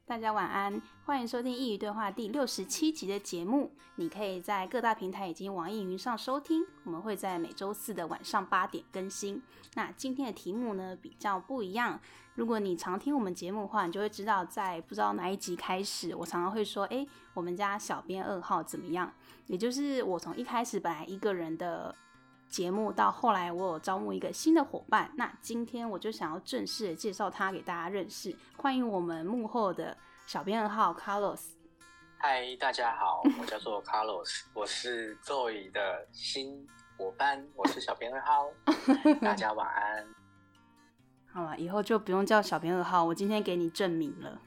大家晚安，欢迎收听一语对话第67集的节目。你可以在各大平台以及网易云上收听，我们会在每周四的晚上8点更新。那今天的题目呢比较不一样，如果你常听我们节目的话，你就会知道在不知道哪一集开始，我常常会说我们家小编2号怎么样，也就是我从一开始本来一个人的节目到后来我有招募一个新的伙伴，那今天我就想要正式的介绍他给大家认识，欢迎我们幕后的小编2号 Carlos。 嗨，大家好，我叫做 Carlos 我是 Zoe 的新伙伴，我是小编2号大家晚安。 好了，以后就不用叫小编2号，我今天给你证明了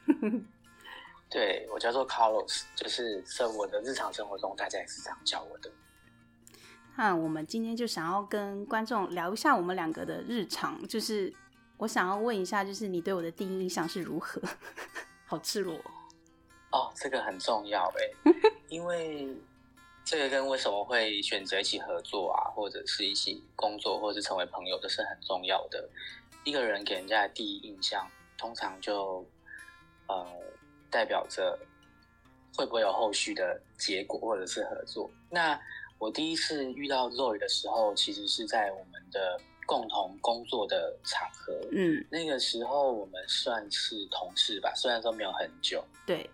对，我叫做 Carlos， 就是在我的日常生活中大家也是这样叫我的。 那我们今天就想要跟观众聊一下我们2个的日常，就是我想要问一下，就是你对我的第一印象是如何好赤裸哦，这个很重要因为这个跟为什么会选择一起合作啊，或者是一起工作，或者是成为朋友的是很重要的。一个人给人家的第一印象通常就代表着会不会有后续的结果或者是合作。那我第一次遇到 Zoe 的时候，其实是在我们的共同工作的场合。那个时候我们算是同事吧，虽然说没有很久。 对，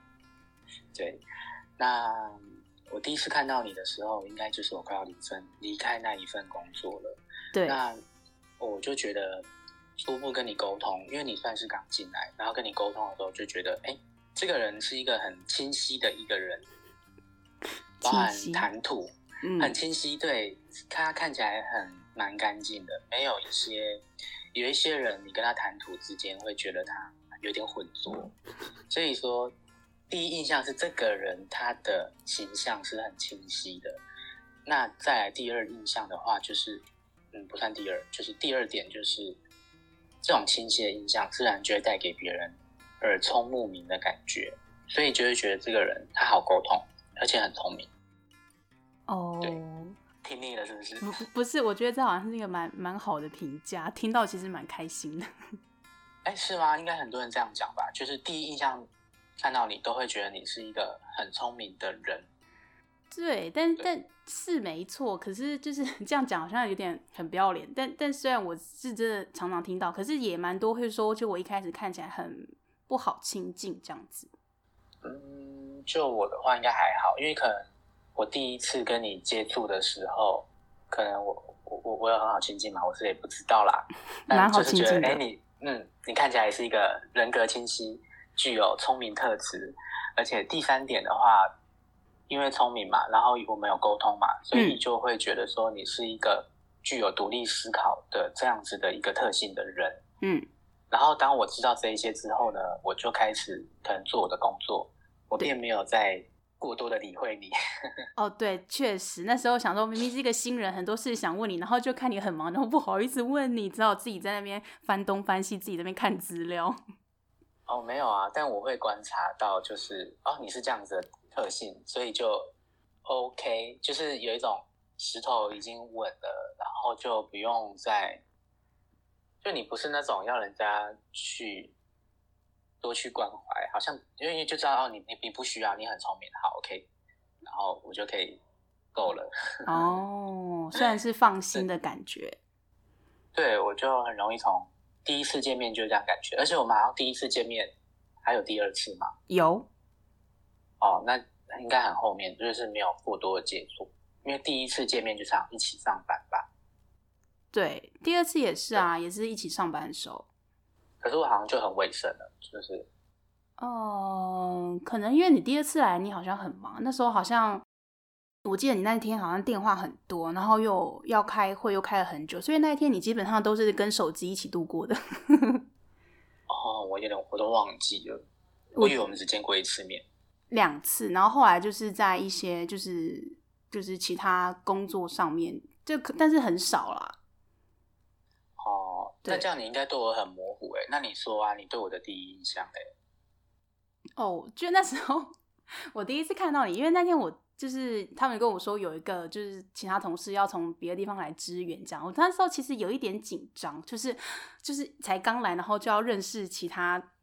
那我第一次看到你的时候，应该就是我快要离开那一份工作了。 对， 那我就觉得初步跟你沟通，因为你算是刚进来，然后跟你沟通的时候就觉得这个人是一个很清晰的一个人，包含谈吐很清晰，对，他看起来蛮干净的，没有有一些人你跟他谈吐之间会觉得他有点混浊，所以说第一印象是这个人他的形象是很清晰的。那再来第二印象的话，就是不算第二，就是第二点，就是这种清晰的印象自然就会带给别人耳聪目明的感觉，所以就会觉得这个人他好沟通，而且很聪明。对，听腻了是不是？ 不是，我觉得这好像是一个蛮好的评价，听到其实蛮开心的。 是吗？应该很多人这样讲吧，就是第一印象看到你都会觉得你是一个很聪明的人。 对，但是没错，可是就是这样讲好像有点很不要脸，但虽然我是真的常常听到，可是也蛮多会说，就我一开始看起来很不好亲近这样子。 就我的话应该还好，因为可能我第一次跟你接触的时候，可能我有很好亲近嘛，我是也不知道啦。 蛮好亲近的。 但就是觉得你看起来是一个人格清晰，具有聪明特质，而且第3点的话，因为聪明嘛，然后我们有沟通嘛，所以就会觉得说你是一个具有独立思考的这样子的一个特性的人。然后当我知道这一些之后呢，我就开始可能做我的工作，我并没有再过多的理会你。 对，确实那时候想说明明是一个新人，很多事想问你，然后就看你很忙，然后不好意思问你，只好自己在那边翻东翻西，自己在那边看资料。 没有啊，但我会观察到就是你是这样子的特性，所以就 OK， 就是有一种石头已经稳了，然后就不用就你不是那种要人家去多去关怀，好像因为就知道你不需要，你很聪明，好 OK， 然后我就可以够了。 虽然是放心的感觉。 对，我就很容易从第一次见面就这样感觉，而且我们好像第一次见面还有第2次嘛？ 有。 那应该很后面，就是没有过多的接触，因为第一次见面就是一起上班吧。 对，第2次也是啊，也是一起上班的时候。 可是我好像就很尾声了，就是可能因为你第2次来你好像很忙，那时候好像我记得你那天好像电话很多，然后又要开会又开了很久，所以那一天你基本上都是跟手机一起度过的。 我都忘记了，我以为我们只见过1次面 ，2次，然后后来就是在一些就是其他工作上面，但是很少啦。 那这样你应该对我很模糊那你说啊，你对我的第一印象就那时候我第一次看到你，因为那天我就是他们跟我说有一个就是其他同事要从别的地方来支援，这样我那时候其实有一点紧张，就是才刚来，然后就要认识其他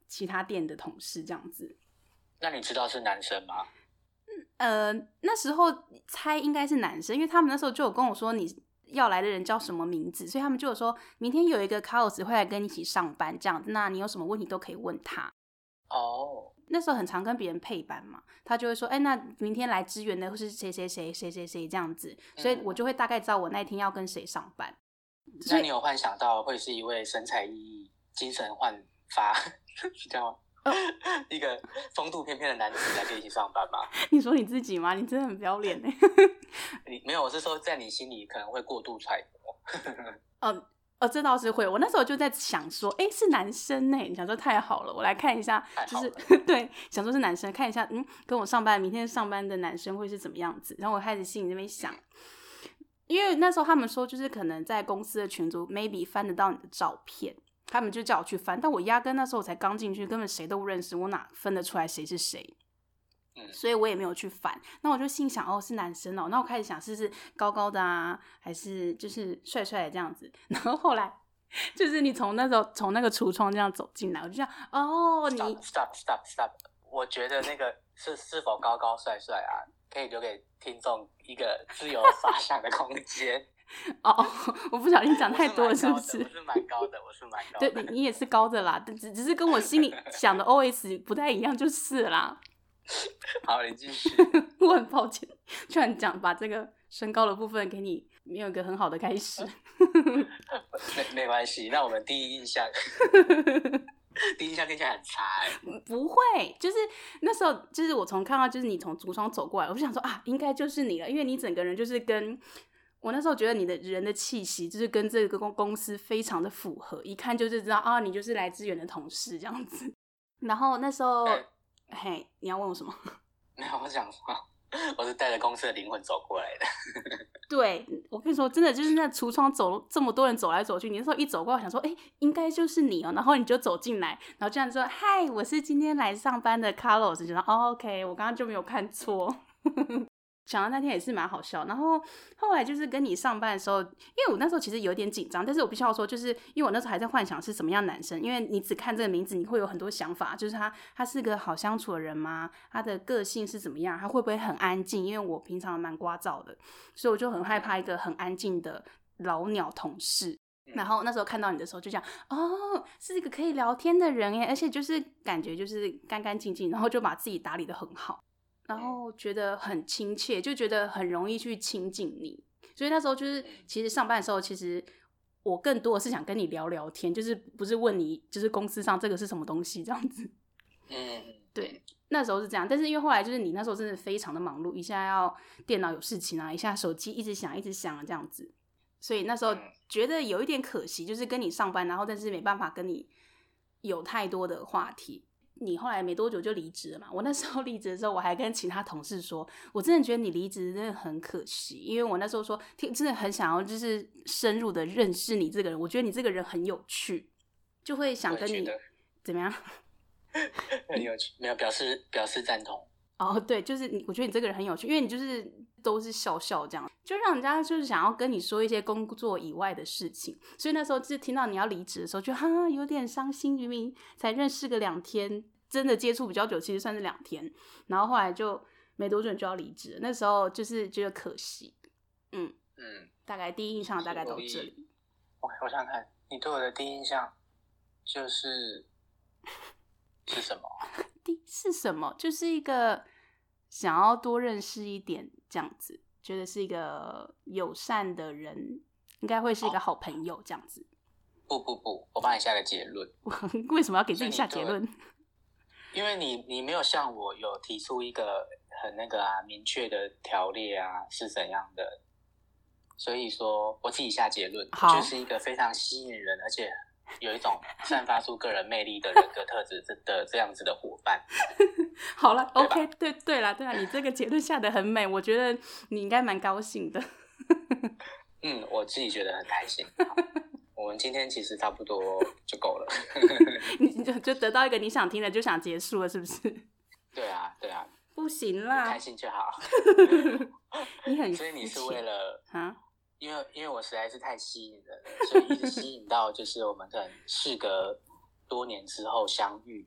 其他店的同事这样子。 那你知道是男生吗？ 那时候猜应该是男生，因为他们那时候就有跟我说你要来的人叫什么名字，所以他们就有说明天有一个 Carlos 会来跟你一起上班这样子，那你有什么问题都可以问他。 哦， 那时候很常跟别人配班嘛，他就会说那明天来支援的会是谁谁谁谁谁谁这样子，所以我就会大概知道我那天要跟谁上班。 那你有幻想到会是一位神采奕奕、精神焕发是这样吗？一个风度翩翩的男子来跟你一起上班吗？ 你说你自己吗？你真的很不要脸欸。 你没有，我是说在你心里可能会过度揣摩。 这倒是会。我那时候就在想说，是男生呢，想说太好了，我来看一下，就是对，想说是男生，看一下，跟我上班明天上班的男生会是怎么样子。然后我开始心里那边想，因为那时候他们说，就是可能在公司的群组 maybe 翻得到你的照片。他们就叫我去翻，但我压根那时候我才刚进去，根本谁都不认识，我哪分得出来谁是谁？所以我也没有去翻。那我就心想，是男生哦。那我开始想，是高高的啊，还是就是帅帅的这样子？然后后来就是你从那个橱窗这样走进来，我就这样你 stop， 我觉得那个是否高高帅帅啊，可以留给听众一个自由发想的空间。 我不小心讲太多了，是不是？ 我是蛮高的。 对，你也是高的啦，只是跟我心里想的 OS 不太一样，就是啦。 好，你继续。 我很抱歉，居然把这个身高的部分给你没有一个很好的开始。 没关系，那我们第一印象听起来很差不会，就是那时候就是我从看到就是你从橱窗走过来，我就想说应该就是你了，因为你整个人就是跟我那时候觉得你的人的气息就是跟这个公司非常的符合，一看就是知道你就是来支援的同事这样子。然后那时候嘿，你要问我什么？ 没有，我想说我是带着公司的灵魂走过来的。 对，我跟你说真的就是那橱窗走这么多人走来走去，你那时候一走过来想说应该就是你然后你就走进来，然后这样说嗨，我是今天来上班的 Carlos， 就说OK， 我刚刚就没有看错。想到那天也是蛮好笑，然后后来就是跟你上班的时候，因为我那时候其实有点紧张，但是我必须要说，就是因为我那时候还在幻想是什么样男生，因为你只看这个名字，你会有很多想法，就是他是个好相处的人吗？他的个性是怎么样？他会不会很安静？因为我平常蛮聒噪的，所以我就很害怕一个很安静的老鸟同事。然后那时候看到你的时候就讲是一个可以聊天的人耶，而且就是感觉就是干干净净，然后就把自己打理得很好。然后觉得很亲切，就觉得很容易去亲近你，所以那时候就是其实上班的时候，其实我更多的是想跟你聊聊天，就是不是问你就是公司上这个是什么东西这样子。对，那时候是这样，但是因为后来就是你那时候真的非常的忙碌，一下要电脑有事情啊，一下手机一直响这样子，所以那时候觉得有一点可惜，就是跟你上班，然后但是没办法跟你有太多的话题。你后来没多久就离职了嘛？我那时候离职的时候，我还跟其他同事说，我真的觉得你离职真的很可惜，因为我那时候说，真的很想要就是深入的认识你这个人，我觉得你这个人很有趣，就会想跟你怎么样？ 很有趣，没有表示赞同。 对，就是我觉得你这个人很有趣，因为你就是都是笑笑这样，就让人家就是想要跟你说一些工作以外的事情。所以那时候就是听到你要离职的时候，就有点伤心，明明才认识个2天，真的接触比较久，其实算是2天。然后后来就没多久你就要离职了，那时候就是觉得可惜。大概第一印象大概到这里。 我想看你对我的第一印象是什么？ 是什么？就是一个想要多认识一点这样子，觉得是一个友善的人，应该会是一个好朋友这样子。 不，我帮你下个结论。 为什么要给自己下结论？ 因为你没有像我有提出一个很明确的条列是怎样的，所以说我自己下结论，就是一个非常吸引人，而且有一种散发出个人魅力的人格特质的这样子的伙伴。 好了 ，OK， 对啦，你这个结论下得很美，我觉得你应该蛮高兴的。 我自己觉得很开心。我们今天其实差不多就够了。 你就得到一个你想听的，就想结束了，是不是？ 对啊。 不行啦， 开心就好。 你很所以你是为了因为我实在是太吸引人了，所以一直吸引到就是我们可能事隔多年之后相遇，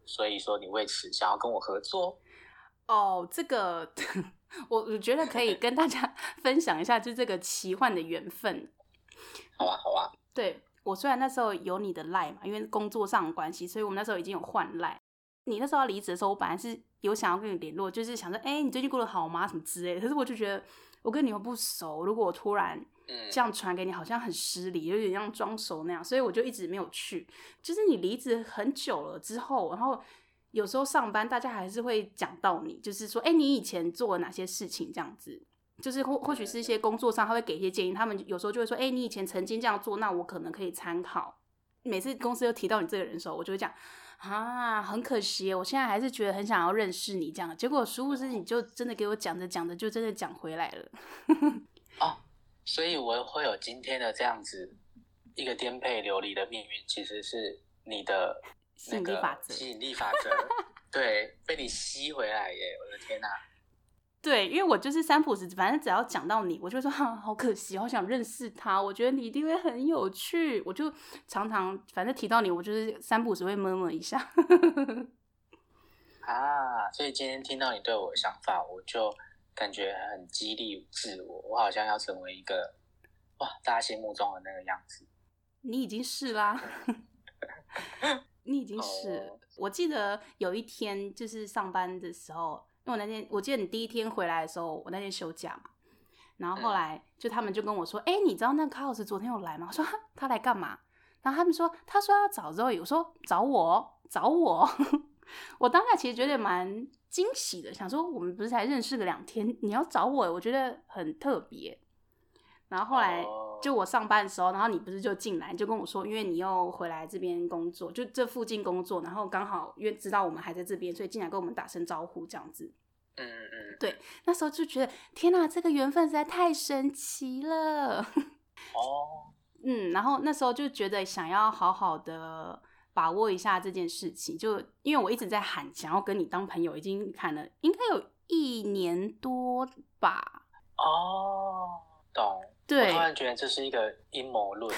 所以说你为此想要跟我合作？ 哦，这个我觉得可以跟大家分享一下，就这个奇幻的缘分。 好啊，好啊。 对，我虽然那时候有你的 LINE 嘛，因为工作上的关系，所以我们那时候已经有换 LINE。你那时候要离职的时候，我本来是有想要跟你联络，就是想说，你最近过得好吗？什么之类的。可是我就觉得，我跟你又不熟，如果我突然这样传给你，好像很失礼，有点像装熟那样，所以我就一直没有去。就是你离职很久了之后，然后有时候上班，大家还是会讲到你，就是说，你以前做了哪些事情这样子。就是或许是一些工作上，他会给一些建议，他们有时候就会说，你以前曾经这样做，那我可能可以参考。每次公司又提到你这个人的时候，我就会讲啊，很可惜，我现在还是觉得很想要认识你这样。结果殊不知你就真的给我讲着讲着就真的讲回来了。 哦，所以我会有今天的这样子一个颠沛流离的命运，其实是你的那个吸引力法则，对，被你吸回来耶！我的天哪！ 对，因为我就是三不时，反正只要讲到你，我就说好可惜，好想认识他，我觉得你一定会很有趣。我就常常反正提到你，我就是三不时会摸一下。 啊，所以今天听到你对我的想法，我就感觉很激励自我，我好像要成为一个大家心目中的那个样子。 你已经是啦。你已经是了。我记得有一天就是上班的时候，因为我那天我记得你第一天回来的时候，我那天休假嘛，然后后来就他们就跟我说，你知道那个卡老师昨天有来吗？我说他来干嘛？然后他们说他说要找Zoe，我说找我。我当下其实觉得蛮惊喜的，想说我们不是才认识个2天，你要找我觉得很特别。然后后来就我上班的时候，然后你不是就进来就跟我说，因为你又回来这边工作，就这附近工作，然后刚好因为知道我们还在这边，所以进来跟我们打声招呼这样子。对，那时候就觉得天哪，这个缘分实在太神奇了。然后那时候就觉得想要好好的把握一下这件事情，就因为我一直在喊想要跟你当朋友，已经喊了应该有1年多吧。 懂。对，我突然觉得这是一个阴谋论。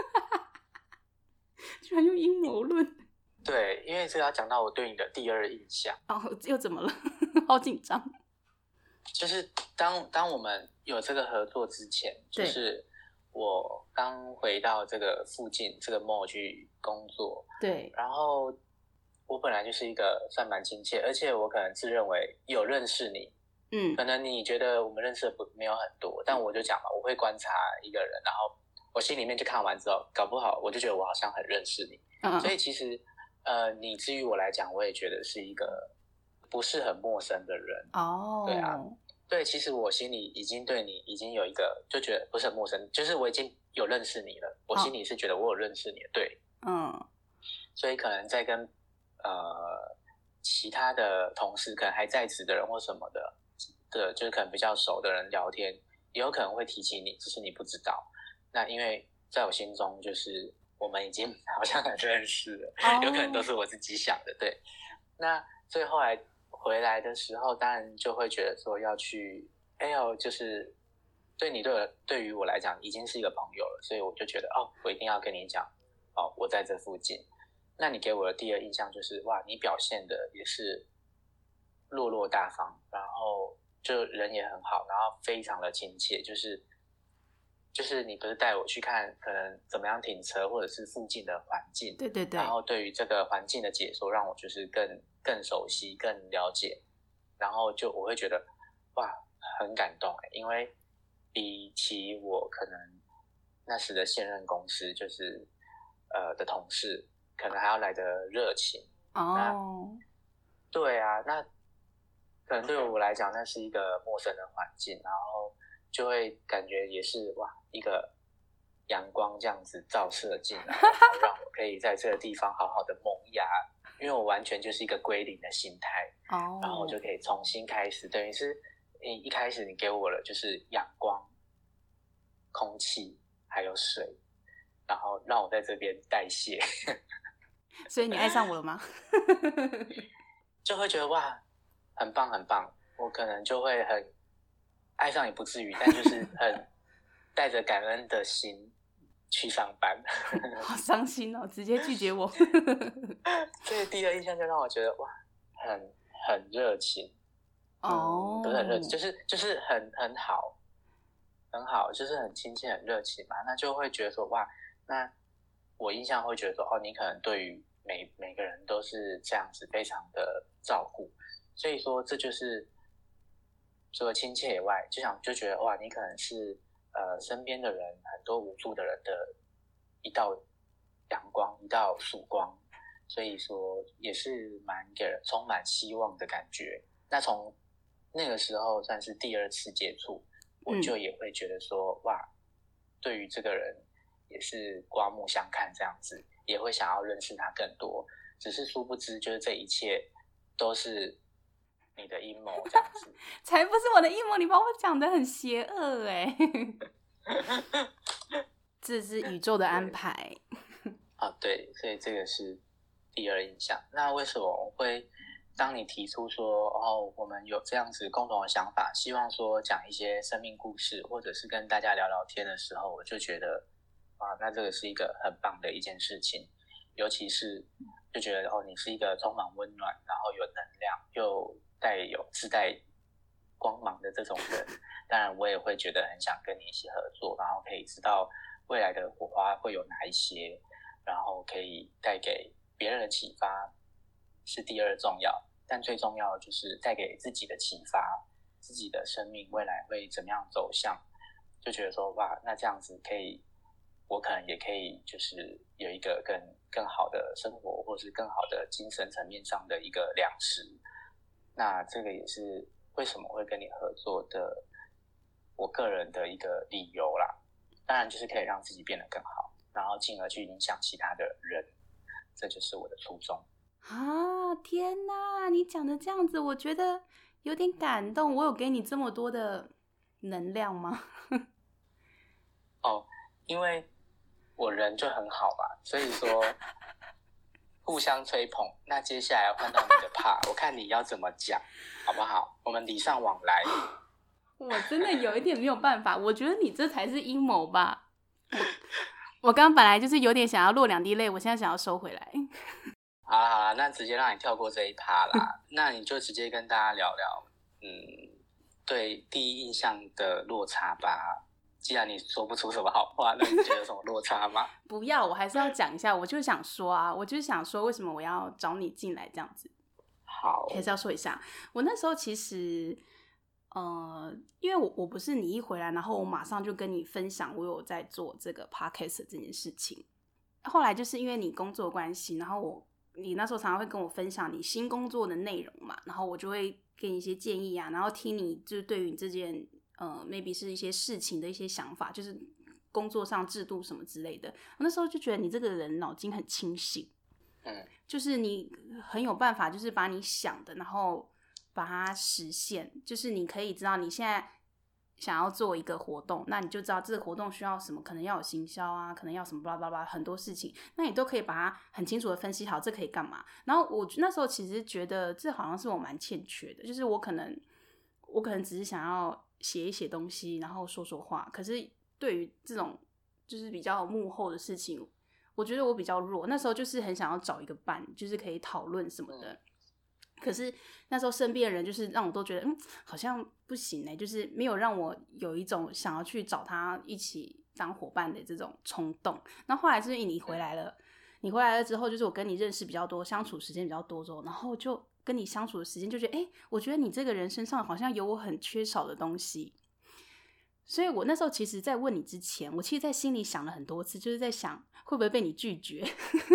居然用阴谋论。 对，因为这个要讲到我对你的第二印象。 又怎么了？好紧张。 就是当我们有这个合作之前，就是我刚回到这个附近这个 mall 去工作。 对。 然后我本来就是一个算蛮亲切，而且我可能自认为有认识你。可能你觉得我们认识的没有很多，但我就讲嘛，我会观察一个人，然后我心里面就看完之后，搞不好我就觉得我好像很认识你。所以其实你至于我来讲，我也觉得是一个不是很陌生的人。对啊，对，其实我心里已经对你已经有一个就觉得不是很陌生，就是我已经有认识你了，我心里是觉得我有认识你的。对，所以可能在跟其他的同事，可能还在职的人或什么的，就是可能比较熟的人聊天，也有可能会提起你，只是你不知道。那因为在我心中，就是我们已经好像很认识了，有可能都是我自己想的。对，那所以后来回来的时候，当然就会觉得说要去，就是对于我来讲已经是一个朋友了，所以我就觉得我一定要跟你讲，我在这附近。那你给我的第二印象就是你表现的也是落落大方，然后就人也很好，然后非常的亲切，就是你不是带我去看可能怎么样停车，或者是附近的环境。 对。 然后对于这个环境的解说，让我就是更熟悉、更了解，然后就我会觉得很感动因为比起我可能那时的现任公司就是的同事，可能还要来的热情。对啊，那可能对我来讲，那是一个陌生的环境，然后就会感觉也是一个阳光这样子照射进来，然后让我可以在这个地方好好的萌芽，因为我完全就是一个归零的心态。然后我就可以重新开始，等于是一开始你给我了就是阳光、空气还有水，然后让我在这边代谢。 所以你爱上我了吗？ 就会觉得很棒很棒，我可能就会很爱上也不至于，但就是很带着感恩的心， 去上班。 好伤心哦，直接拒绝我。 所以第二印象就让我觉得哇，很热情。不是很热情，就是很好，很好，就是很亲切、很热情嘛。那就会觉得说哇，那我印象会觉得说哦，你可能对于每个人都是这样子，非常的照顾。所以说这就是除了亲切以外，就觉得哇，你可能是身边的人很多无助的人的一道阳光，一道曙光。所以说也是蛮给人充满希望的感觉。那从那个时候算是第二次接触，我就也会觉得说哇，对于这个人也是刮目相看这样子，也会想要认识他更多。只是殊不知，就是这一切都是你的阴谋这样子。 才不是我的阴谋，你把我讲得很邪恶哎。这是宇宙的安排。 对，所以这个是第二印象。那为什么我会当你提出说我们有这样子共同的想法，希望说讲一些生命故事，或者是跟大家聊聊天的时候，我就觉得那这个是一个很棒的一件事情。尤其是就觉得你是一个充满温暖，然后有能量，又自带光芒的这种人。当然我也会觉得很想跟你一起合作，然后可以知道未来的火花会有哪一些，然后可以带给别人的启发是第二重要，但最重要的就是带给自己的启发，自己的生命未来会怎么样走向。就觉得说哇，那这样子我可能也可以就是有一个更好的生活，或是更好的精神层面上的一个粮食。那这个也是为什么会跟你合作的我个人的一个理由啦。当然就是可以让自己变得更好，然后进而去影响其他的人，这就是我的初衷。 天哪，你讲的这样子我觉得有点感动。我有给你这么多的能量吗？ 因为我人就很好嘛，所以说互相吹捧。那接下来要换到你的part，我看你要怎么讲好不好？我们礼尚往来。 我真的有一点没有办法，我觉得你这才是阴谋吧。我刚刚本来就是有点想要落2滴泪，我现在想要收回来。 好啦，那直接让你跳过这一趴啦。那你就直接跟大家聊聊对第一印象的落差吧。既然你说不出什么好话，那你觉得有什么落差吗？ 不要，我还是要讲一下。我就是想说为什么我要找你进来这样子。 好， 还是要说一下，我那时候其实因为我不是你一回来，然后我马上就跟你分享我有在做这个 podcast 这件事情。后来就是因为你工作关系，然后你那时候常常会跟我分享你新工作的内容嘛，然后我就会给你一些建议啊，然后听你就是对于你这件maybe 是一些事情的一些想法，就是工作上制度什么之类的。我那时候就觉得你这个人脑筋很清醒，就是你很有办法，就是把你想的然后把它实现。就是你可以知道你现在想要做一个活动，那你就知道这个活动需要什么，可能要有行销啊，可能要什么blah blah blah很多事情，那你都可以把它很清楚的分析好，这可以干嘛。然后我那时候其实觉得这好像是我蛮欠缺的，就是我可能只是想要写一写东西，然后说说话，可是对于这种就是比较幕后的事情，我觉得我比较弱。那时候就是很想要找一个伴，就是可以讨论什么的。可是那时候身边的人就是让我都觉得好像不行欸，就是没有让我有一种想要去找他一起当伙伴的这种冲动。那后来就是你回来了之后，就是我跟你认识比较多，相处时间比较多之后，然后就跟你相处的时间就觉得我觉得你这个人身上好像有我很缺少的东西。所以我那时候其实在问你之前，我其实在心里想了很多次，就是在想会不会被你拒绝。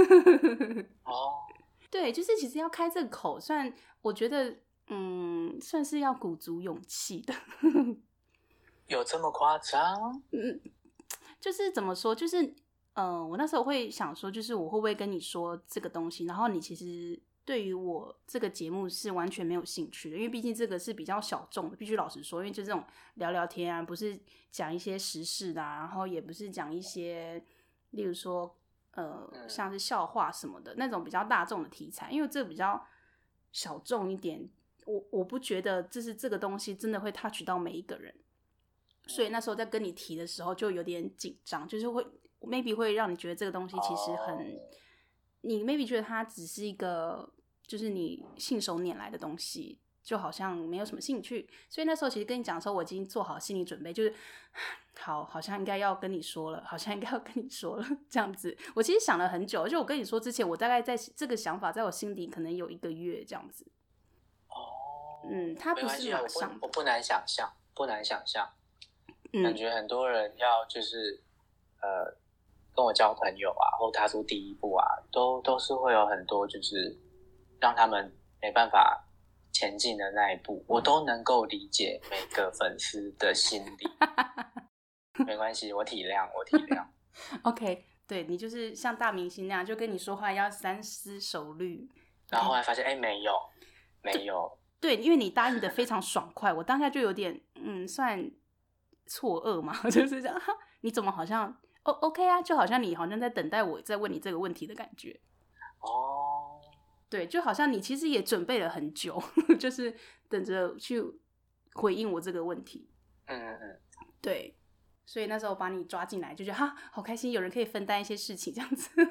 对，就是其实要开这个口，算我觉得算是要鼓足勇气的。 有这么夸张？ 就是怎么说，就是我那时候会想说，就是我会不会跟你说这个东西，然后你其实对于我这个节目是完全没有兴趣的，因为毕竟这个是比较小众的，必须老实说，因为就这种聊聊天啊，不是讲一些时事的然后也不是讲一些例如说像是笑话什么的那种比较大众的题材，因为这个比较小众一点，我不觉得这个东西真的会 touch 到每一个人，所以那时候在跟你提的时候就有点紧张，就是会 maybe 会让你觉得这个东西其实你 maybe 觉得它只是一个就是你信手拈来的东西，就好像没有什么兴趣。所以那时候其实跟你讲的时候，我已经做好心理准备，就是好像应该要跟你说了，这样子。我其实想了很久，就我跟你说之前，我大概在这个想法在我心底可能有1个月这样子。它不是马上， 我不难想象，感觉很多人要就是跟我交朋友啊，或踏出第一步啊，都是会有很多就是让他们没办法前进的那一步，我都能够理解每个粉丝的心理。没关系，我体谅。 OK， 对，你就是像大明星那样，就跟你说话要三思熟虑。 然后后来发现，没有。 对，因为你答应的非常爽快，我当下就有点算错愕嘛，就是这样，你怎么好像OK 啊，就好像你好像在等待我在问你这个问题的感觉。对，就好像你其实也准备了很久，就是等着去回应我这个问题。对，所以那时候把你抓进来，就觉得好开心，有人可以分担一些事情这样子。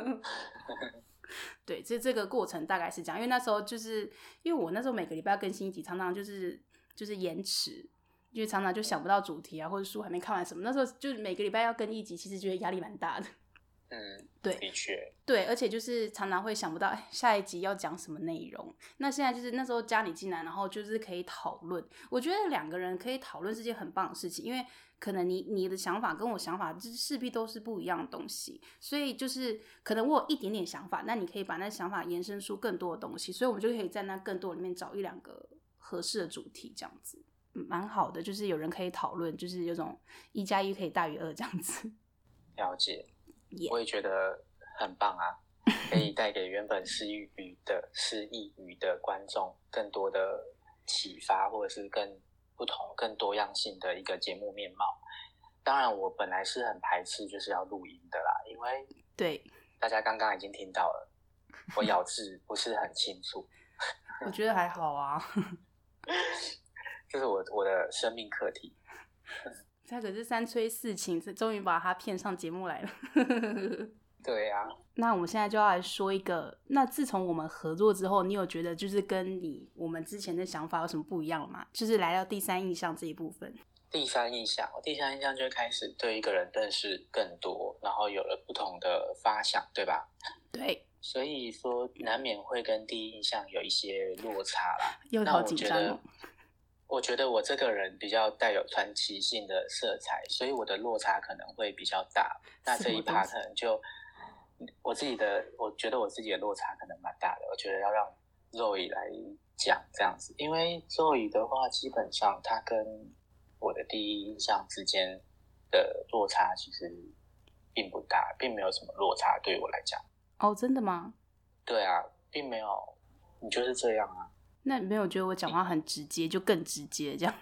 对，这个过程大概是这样，因为那时候就是因为我那时候每个礼拜要更新一集，常常就是延迟，因为常常就想不到主题啊，或者书还没看完什么，那时候就是每个礼拜要更一集，其实觉得压力蛮大的。 对，的确， 对，而且就是常常会想不到下一集要讲什么内容。那现在就是那时候加你进来，然后就是可以讨论。我觉得2个人可以讨论是件很棒的事情，因为可能你的想法跟我想法就是势必都是不一样的东西，所以就是可能我有一点点想法，那你可以把那想法延伸出更多的东西，所以我们就可以在那更多里面找1-2个合适的主题，这样子蛮好的。就是有人可以讨论，就是有种1+1可以大于2这样子。 了解。我也觉得很棒啊，可以带给原本失忆语的观众更多的启发，或者是更不同、更多样性的一个节目面貌。当然，我本来是很排斥就是要录音的啦，因为对大家刚刚已经听到了，我咬字不是很清楚。 我觉得还好啊， 这是我的生命课题。 他可是3催4请，终于把他骗上节目来了。 对啊， 那我们现在就要来说一个，那自从我们合作之后，你有觉得就是跟我们之前的想法有什么不一样了吗？就是来到第3印象这一部分。 第三印象就会开始对一个人认识更多，然后有了不同的发想，对吧？ 对， 所以说难免会跟第一印象有一些落差啦。 又好紧张哦。 我觉得我这个人比较带有传奇性的色彩，所以我的落差可能会比较大。那这一趴可能就我觉得我自己的落差可能蛮大的。我觉得要让 Zoe 来讲这样子，因为 Zoe 的话，基本上他跟我的第一印象之间的落差其实并不大，并没有什么落差对我来讲。 哦，真的吗？ 对啊，并没有，你就是这样啊。 那你没有觉得我讲话很直接，就更直接这样？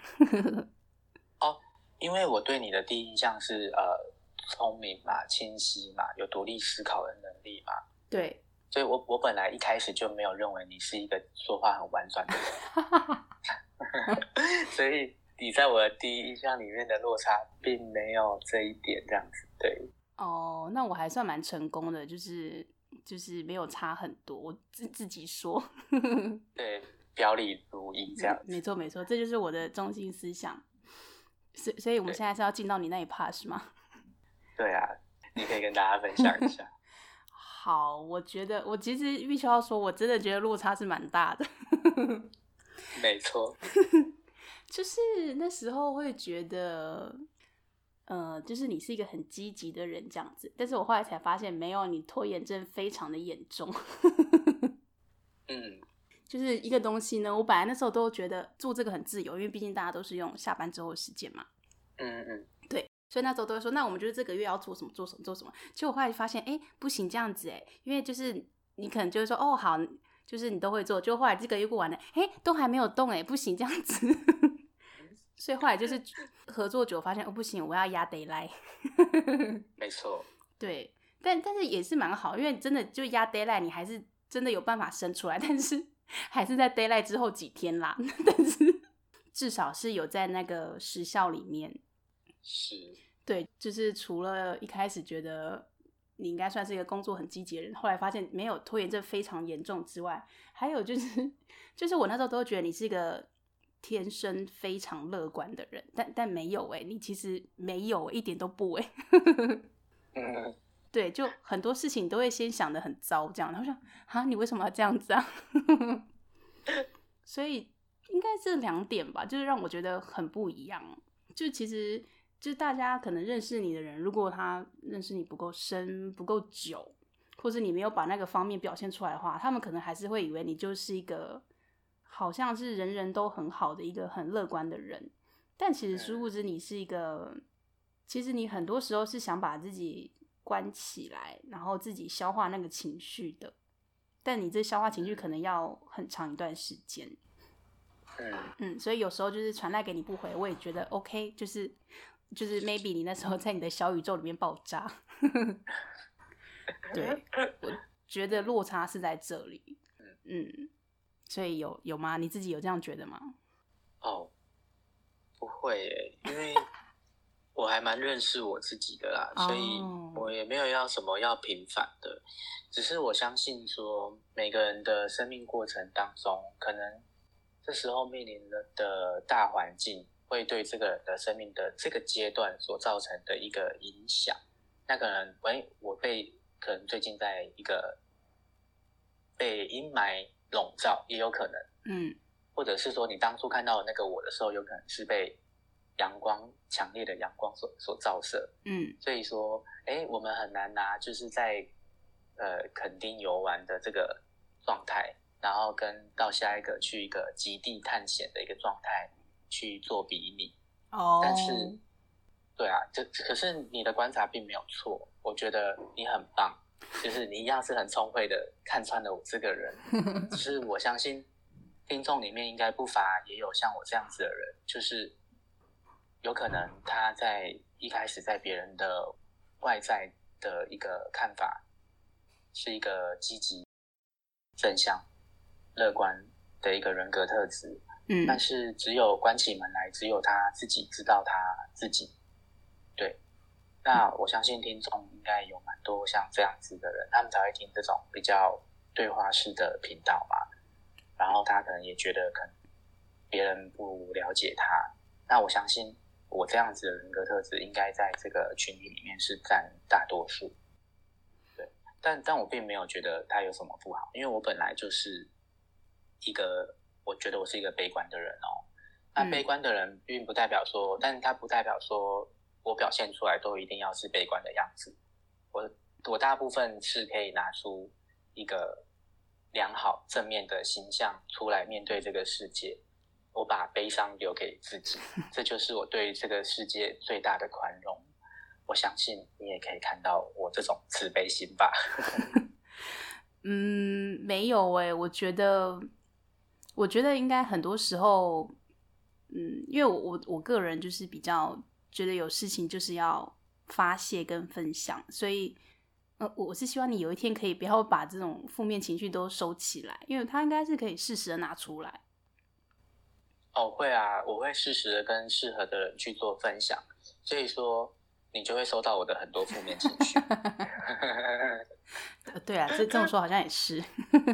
因为我对你的第一印象是聪明嘛，清晰嘛，有独立思考的能力嘛。 对， 所以我本来一开始就没有认为你是一个说话很婉转的人。所以你在我的第一印象里面的落差并没有这一点这样子。对， 那我还算蛮成功的，就是没有差很多，我自己说。 对，表里如一这样子。 没错没错，这就是我的中心思想。所以我们现在是要进到你那一 part 是吗？ 对啊，你可以跟大家分享一下。 好，我觉得我其实必须要说，我真的觉得落差是蛮大的。 没错。 就是那时候会觉得就是你是一个很积极的人这样子，但是我后来才发现没有，你拖延症非常的严重。就是一个东西呢，我本来那时候都觉得做这个很自由，因为毕竟大家都是用下班之后的时间嘛。对，所以那时候都会说，那我们就是这个月要做什么做什么做什么。结果后来发现，不行这样子因为就是你可能就会说，哦好，就是你都会做，就后来这个月过完了，都还没有动不行这样子。所以后来就是合作久，发现不行，我要压 deadline。 没错。 对，但是也是蛮好，因为真的就压 deadline，你还是真的有办法生出来，但是还是在 deadline 之后几天啦。但是至少是有在那个时效里面。 是。 对，就是除了一开始觉得你应该算是一个工作很积极的人，后来发现没有，拖延症非常严重之外，还有就是我那时候都觉得你是一个天生非常乐观的人，但没有你其实没有一点都不对，就很多事情都会先想得很糟这样，然后想啊，你为什么要这样子啊？所以应该这2点吧，就是让我觉得很不一样。就其实就大家可能认识你的人，如果他认识你不够深、不够久，或是你没有把那个方面表现出来的话，他们可能还是会以为你就是一个好像是人人都很好的一个很乐观的人。但其实殊不知你是一个，其实你很多时候是想把自己关起来，然后自己消化那个情绪的。但你这消化情绪可能要很长一段时间。所以有时候就是传赖给你不回，我也觉得 OK， 就是 maybe 你那时候在你的小宇宙里面爆炸。对，我觉得落差是在这里。所以有吗？你自己有这样觉得吗？ 不会耶，因为我还蛮认识我自己的啦，所以我也没有要什么要平反的，只是我相信说每个人的生命过程当中，可能这时候面临的大环境会对这个人的生命的这个阶段所造成的一个影响。那可能我可能最近在一个被阴霾笼罩，也有可能，或者是说你当初看到那个我的时候，有可能是被强烈的阳光所照射，所以说我们很难拿就是在垦丁游玩的这个状态，然后跟到下一个去一个极地探险的一个状态去做比拟。但是对啊，可是你的观察并没有错，我觉得你很棒，就是你一样是很聪慧的看穿了我这个人。只是我相信听众里面应该不乏也有像我这样子的人，就是有可能他在一开始在别人的外在的一个看法是一个积极、正向、乐观的一个人格特质，但是只有关起门来，只有他自己知道他自己。对，那我相信听众应该有蛮多像这样子的人，他们才会听这种比较对话式的频道嘛，然后他可能也觉得可能别人不了解他，那我相信我这样子的人格特质应该在这个群体里面是占大多数。对，但我并没有觉得他有什么不好，因为我本来就是我觉得我是一个悲观的人哦。那悲观的人并不代表说，但是他不代表说我表现出来都一定要是悲观的样子。我大部分是可以拿出一个良好正面的形象出来面对这个世界，我把悲伤留给自己，这就是我对这个世界最大的宽容。我相信你也可以看到我这种慈悲心吧。 没有我觉得应该很多时候，因为我个人就是比较觉得有事情就是要发泄跟分享，所以我是希望你有一天可以不要把这种负面情绪都收起来，因为它应该是可以适时的拿出来。 会啊，我会适时的跟适合的人去做分享，所以说你就会收到我的很多负面情绪。 对啊，这么说好像也是。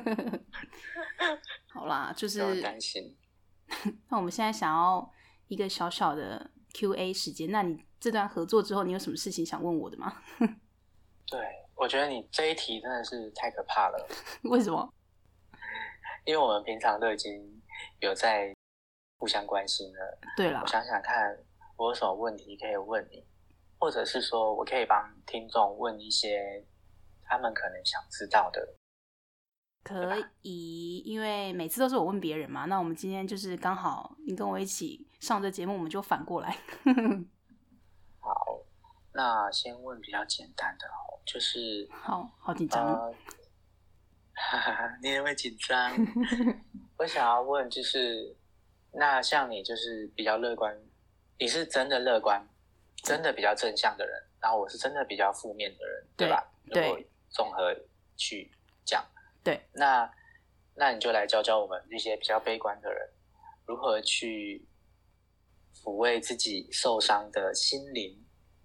好啦，就是不用担心。 那我们现在想要一个小小的 Q&A 时间，那你这段合作之后，你有什么事情想问我的吗？ 对，我觉得你这一题真的是太可怕了。 为什么？ 因为我们平常都已经有在互相关心了。 对啦， 我想想看，我有什么问题可以问你，或者是说我可以帮听众问一些他们可能想知道的。 可以，因为每次都是我问别人嘛，那我们今天就是刚好你跟我一起上这节目，我们就反过来。 好，那先问比较简单的就是好紧张。 你也会紧张。我想要问就是，那像你就是比较乐观，你是真的乐观，真的比较正向的人，然后我是真的比较负面的人，对吧？ 对， 如果综合去讲， 对， 那你就来教教我们这些比较悲观的人，如何去抚慰自己受伤的心灵，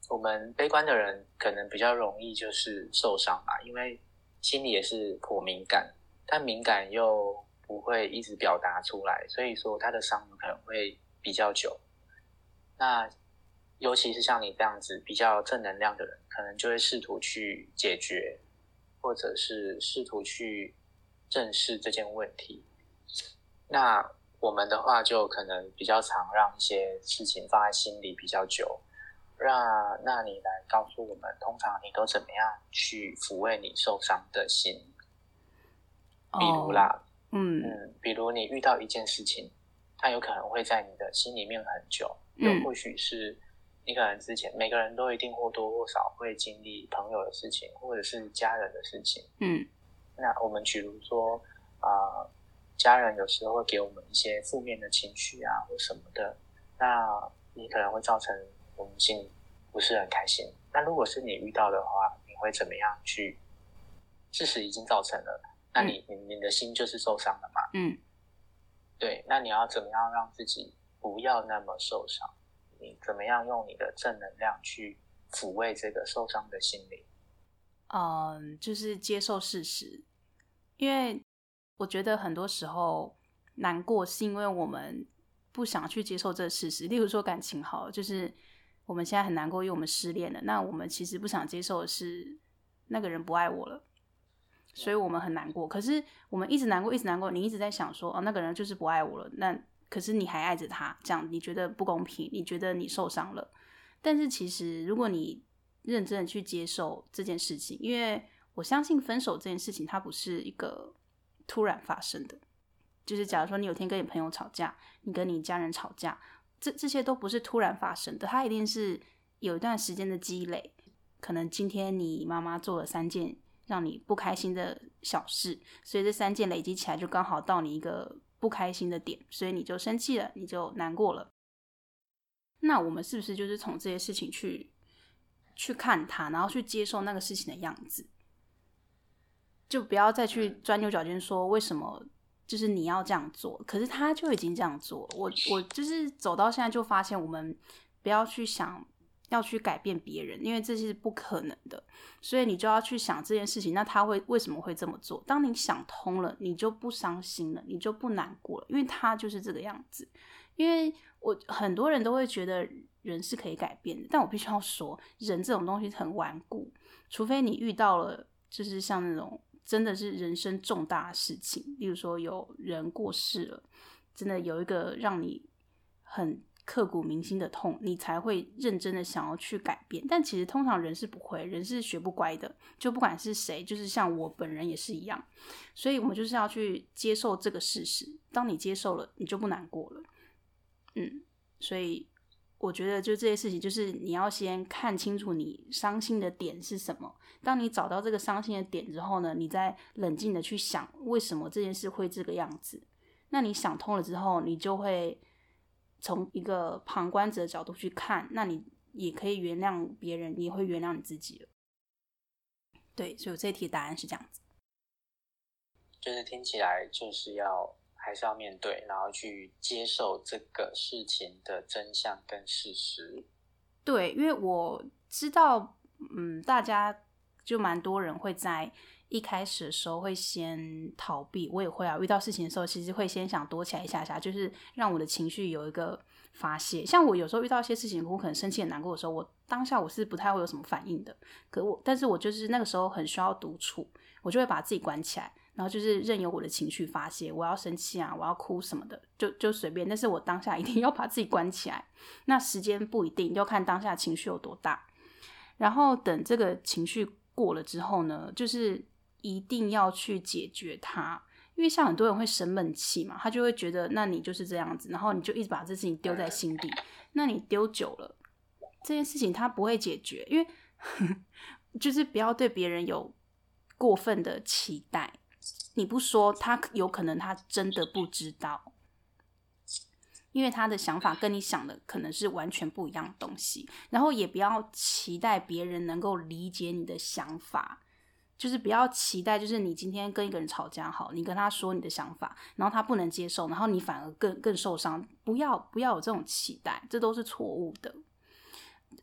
我们悲观的人可能比较容易就是受伤吧，因为心里也是颇敏感，但敏感又不会一直表达出来，所以说他的伤可能会比较久。那尤其是像你这样子比较正能量的人，可能就会试图去解决，或者是试图去正视这件问题。那我们的话就可能比较常让一些事情放在心里比较久。那你来告诉我们，通常你都怎么样去抚慰你受伤的心？比如啦，比如你遇到一件事情，它有可能会在你的心里面很久，又或许是你可能之前每个人都一定或多或少会经历朋友的事情，或者是家人的事情。那我们比如说家人有时候会给我们一些负面的情绪啊或什么的，那你可能会造成我们心里不是很开心。那如果是你遇到的话，你会怎么样去？事实已经造成了，那你的心就是受伤了嘛？对，那你要怎么样让自己不要那么受伤？你怎么样用你的正能量去抚慰这个受伤的心灵？ 就是接受事实，因为我觉得很多时候难过是因为我们不想去接受这个事实。例如说感情好了，就是我们现在很难过，因为我们失恋了，那我们其实不想接受的是那个人不爱我了，所以我们很难过。可是我们一直难过一直难过，你一直在想说那个人就是不爱我了，那可是你还爱着他，这样你觉得不公平，你觉得你受伤了。但是其实如果你认真的去接受这件事情，因为我相信分手这件事情它不是一个突然发生的，就是假如说你有天跟你朋友吵架，你跟你家人吵架，这些都不是突然发生的，它一定是有一段时间的积累。可能今天你妈妈做了3件让你不开心的小事，所以这3件累积起来就刚好到你一个不开心的点，所以你就生气了，你就难过了。那我们是不是就是从这些事情去看它，然后去接受那个事情的样子，就不要再去钻牛角尖说为什么就是你要这样做，可是他就已经这样做了。我就是走到现在就发现，我们不要去想要去改变别人，因为这是不可能的，所以你就要去想这件事情，那他会为什么会这么做？当你想通了，你就不伤心了，你就不难过了，因为他就是这个样子。因为很多人都会觉得人是可以改变的，但我必须要说，人这种东西很顽固，除非你遇到了就是像那种真的是人生重大的事情，例如说有人过世了，真的有一个让你很刻骨铭心的痛，你才会认真的想要去改变。但其实通常人是不会，人是学不乖的，就不管是谁，就是像我本人也是一样。所以我们就是要去接受这个事实，当你接受了，你就不难过了。所以我觉得就这些事情，就是你要先看清楚你伤心的点是什么。当你找到这个伤心的点之后呢，你再冷静的去想为什么这件事会这个样子。那你想通了之后，你就会从一个旁观者的角度去看，那你也可以原谅别人，你也会原谅你自己了。对，所以我这一题的答案是这样子。 就是听起来就是还是要面对，然后去接受这个事情的真相跟事实。 对，因为我知道，大家就蛮多人会在一开始的时候会先逃避，我也会啊。遇到事情的时候，其实会先想躲起来一下下，就是让我的情绪有一个发泄。像我有时候遇到一些事情，我可能生气很难过的时候，我当下我是不太会有什么反应的。但是我就是那个时候很需要独处，我就会把自己关起来。然后就是任由我的情绪发泄，我要生气啊，我要哭什么的，就随便。但是我当下一定要把自己关起来。那时间不一定，要看当下情绪有多大。然后等这个情绪过了之后呢，就是一定要去解决它。因为像很多人会生闷气嘛，他就会觉得那你就是这样子，然后你就一直把这事情丢在心底。那你丢久了，这件事情它不会解决，因为就是不要对别人有过分的期待。你不说，他有可能他真的不知道，因为他的想法跟你想的可能是完全不一样的东西。然后也不要期待别人能够理解你的想法，就是不要期待，就是你今天跟一个人吵架好，你跟他说你的想法，然后他不能接受，然后你反而更受伤。不要有这种期待，这都是错误的。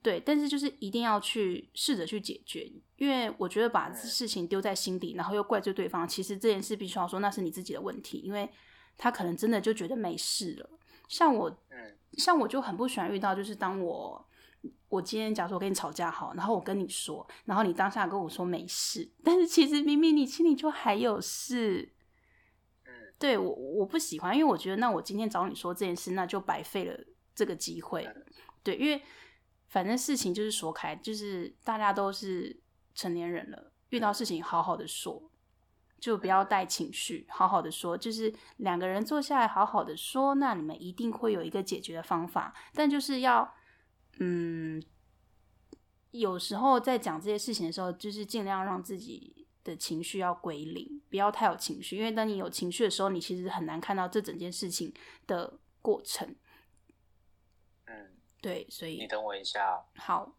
对，但是就是一定要去试着去解决，因为我觉得把事情丢在心里，然后又怪罪对方，其实这件事必须要说那是你自己的问题，因为他可能真的就觉得没事了。像我就很不喜欢遇到，就是当我今天假如说我跟你吵架好，然后我跟你说，然后你当下跟我说没事，但是其实明明你心里就还有事。对，我不喜欢，因为我觉得那我今天找你说这件事，那就白费了这个机会。对，因为反正事情就是说开，就是大家都是成年人了，遇到事情好好的说，就不要带情绪，好好的说，就是两个人坐下来好好的说，那你们一定会有一个解决的方法。但就是要有时候在讲这些事情的时候，就是尽量让自己的情绪要归零，不要太有情绪，因为当你有情绪的时候，你其实很难看到这整件事情的过程。对，所以你等我一下。 好，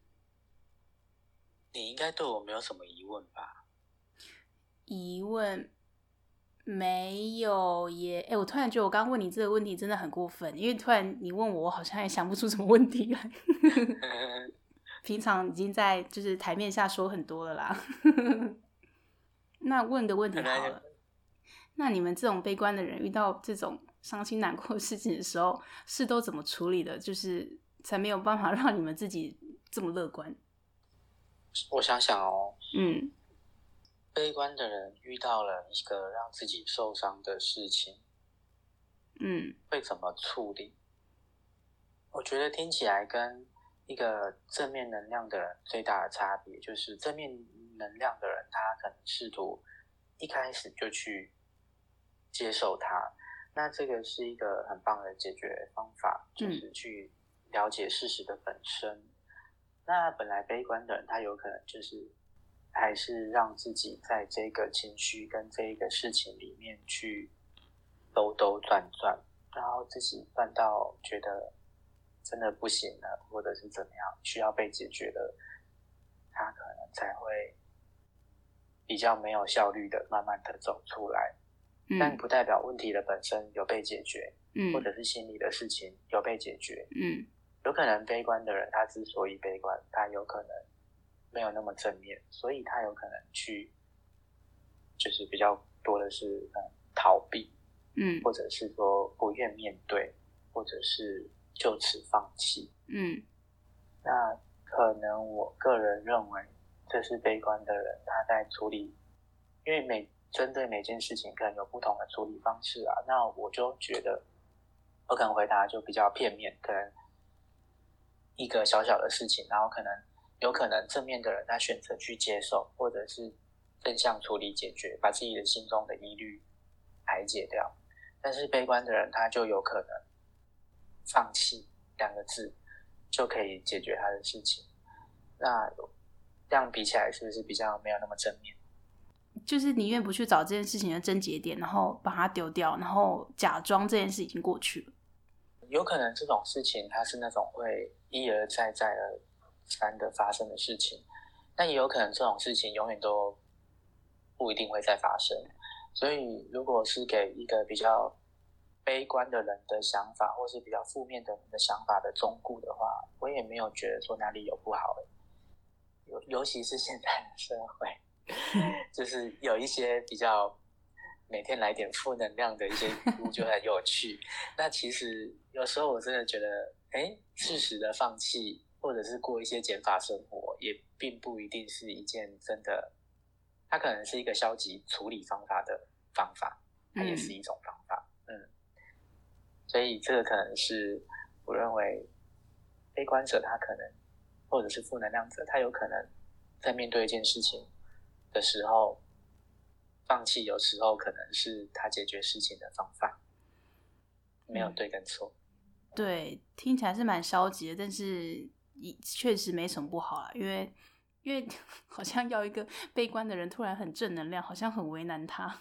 你应该对我没有什么疑问吧？ 疑问没有耶。我突然觉得我刚刚问你这个问题真的很过分，因为突然你问我，我好像也想不出什么问题来。平常已经在就是台面下说很多了啦。那问个问题好了，那你们这种悲观的人遇到这种伤心难过的事情的时候，是都怎么处理的？就是才没有办法让你们自己这么乐观。 我想想哦，悲观的人遇到了一个让自己受伤的事情，会怎么处理？我觉得听起来跟一个正面能量的人最大的差别，就是正面能量的人，他可能试图一开始就去接受它，那这个是一个很棒的解决方法，就是去了解事实的本身。那本来悲观的人，他有可能就是还是让自己在这个情绪跟这个事情里面去兜兜转转，然后自己转到觉得真的不行了，或者是怎么样需要被解决的，他可能才会比较没有效率的慢慢的走出来。但不代表问题的本身有被解决，或者是心理的事情有被解决。有可能悲观的人，他之所以悲观，他有可能没有那么正面，所以他有可能去就是比较多的是逃避，或者是说不愿面对，或者是就此放弃。那可能我个人认为，这是悲观的人他在处理，因为针对每件事情可能有不同的处理方式啊。那我就觉得，我可能回答就比较片面，可能一个小小的事情，然后有可能正面的人他选择去接受，或者是正向处理解决，把自己的心中的疑虑排解掉。但是悲观的人他就有可能放弃2个字就可以解决他的事情。那这样比起来是不是比较没有那么正面？ 就是宁愿不去找这件事情的症结点，然后把它丢掉，然后假装这件事已经过去了。 有可能这种事情它是那种会一而再再而三的发生的事情，但也有可能这种事情永远都不一定会再发生。所以如果是给一个比较悲观的人的想法，或是比较负面的人的想法的忠告的话，我也没有觉得说哪里有不好。尤其是现在的社会，就是有一些比较每天来点负能量的一些语录就很有趣。那其实有时候我真的觉得，适时的放弃，或者是过一些减法生活，也并不一定是一件真的，它可能是一个消极处理方法的方法，它也是一种方法。所以这个可能是我认为悲观者他可能，或者是负能量者，他有可能在面对一件事情的时候，放弃有时候可能是他解决事情的方法，没有对跟错。 对，听起来是蛮消极的，但是确实没什么不好啦，因为好像要一个悲观的人突然很正能量，好像很为难他。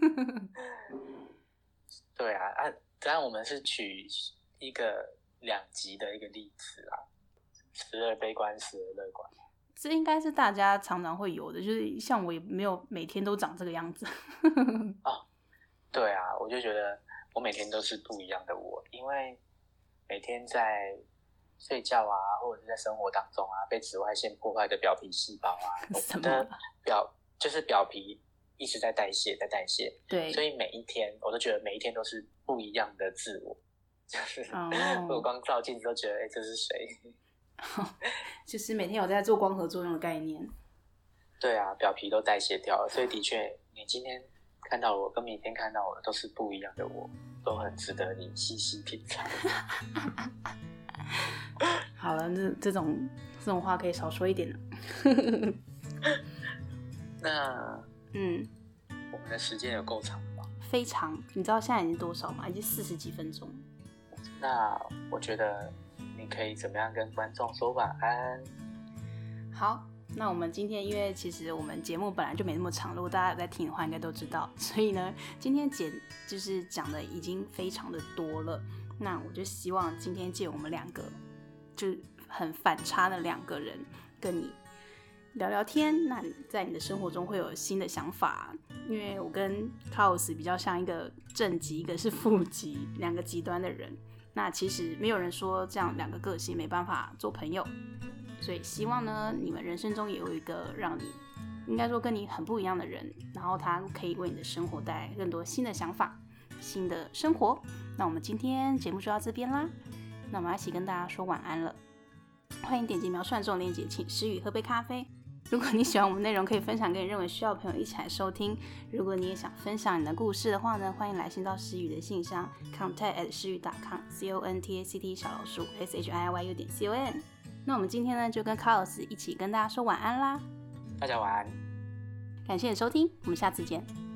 对啊，当然我们是取一个2极的一个例子啊，时而悲观，时而乐观。 这应该是大家常常会有的，就是像我也没有每天都长这个样子。 对啊，我就觉得我每天都是不一样的我，因为每天在睡觉啊，或者是在生活当中啊，被紫外线破坏的表皮细胞啊，我们的表皮一直在代谢， 对， 所以每一天我都觉得每一天都是不一样的自我，就是我光照镜子都觉得，这是谁？ 就是每天有在做光合作用的概念。 对啊，表皮都代谢掉了，所以的确，你今天看到我跟明天看到我的都是不一样的我，都很值得你细细品尝。 好了，这种话可以少说一点了。 那我们的时间有够长了吗？ 非常，你知道现在已经多少吗？已经40几分钟。 那我觉得你可以怎么样跟观众说晚安？ 好，那我们今天因为其实我们节目本来就没那么长，如果大家有在听的话，应该都知道。所以呢，今天就是讲的已经非常的多了。那我就希望今天借我们2个就很反差的2个人跟你聊聊天，那你在你的生活中会有新的想法。因为我跟 Carlos 比较像一个正极，一个是负极，2个极端的人。那其实没有人说这样2个个性没办法做朋友，所以希望呢，你们人生中也有一个让你应该说跟你很不一样的人，然后他可以为你的生活带来更多新的想法、新的生活。那我们今天节目就到这边啦，那我们一起跟大家说晚安了。欢迎点击描述栏中的链接，请诗雨喝杯咖啡。如果你喜欢我们内容，可以分享给你认为需要的朋友一起来收听。如果你也想分享你的故事的话呢，欢迎来信到诗雨的信箱 contact@诗雨.com contact@shiyu.com。那我们今天呢，就跟 Carlos 一起跟大家说晚安啦。 大家晚安， 感谢你收听，我们下次见。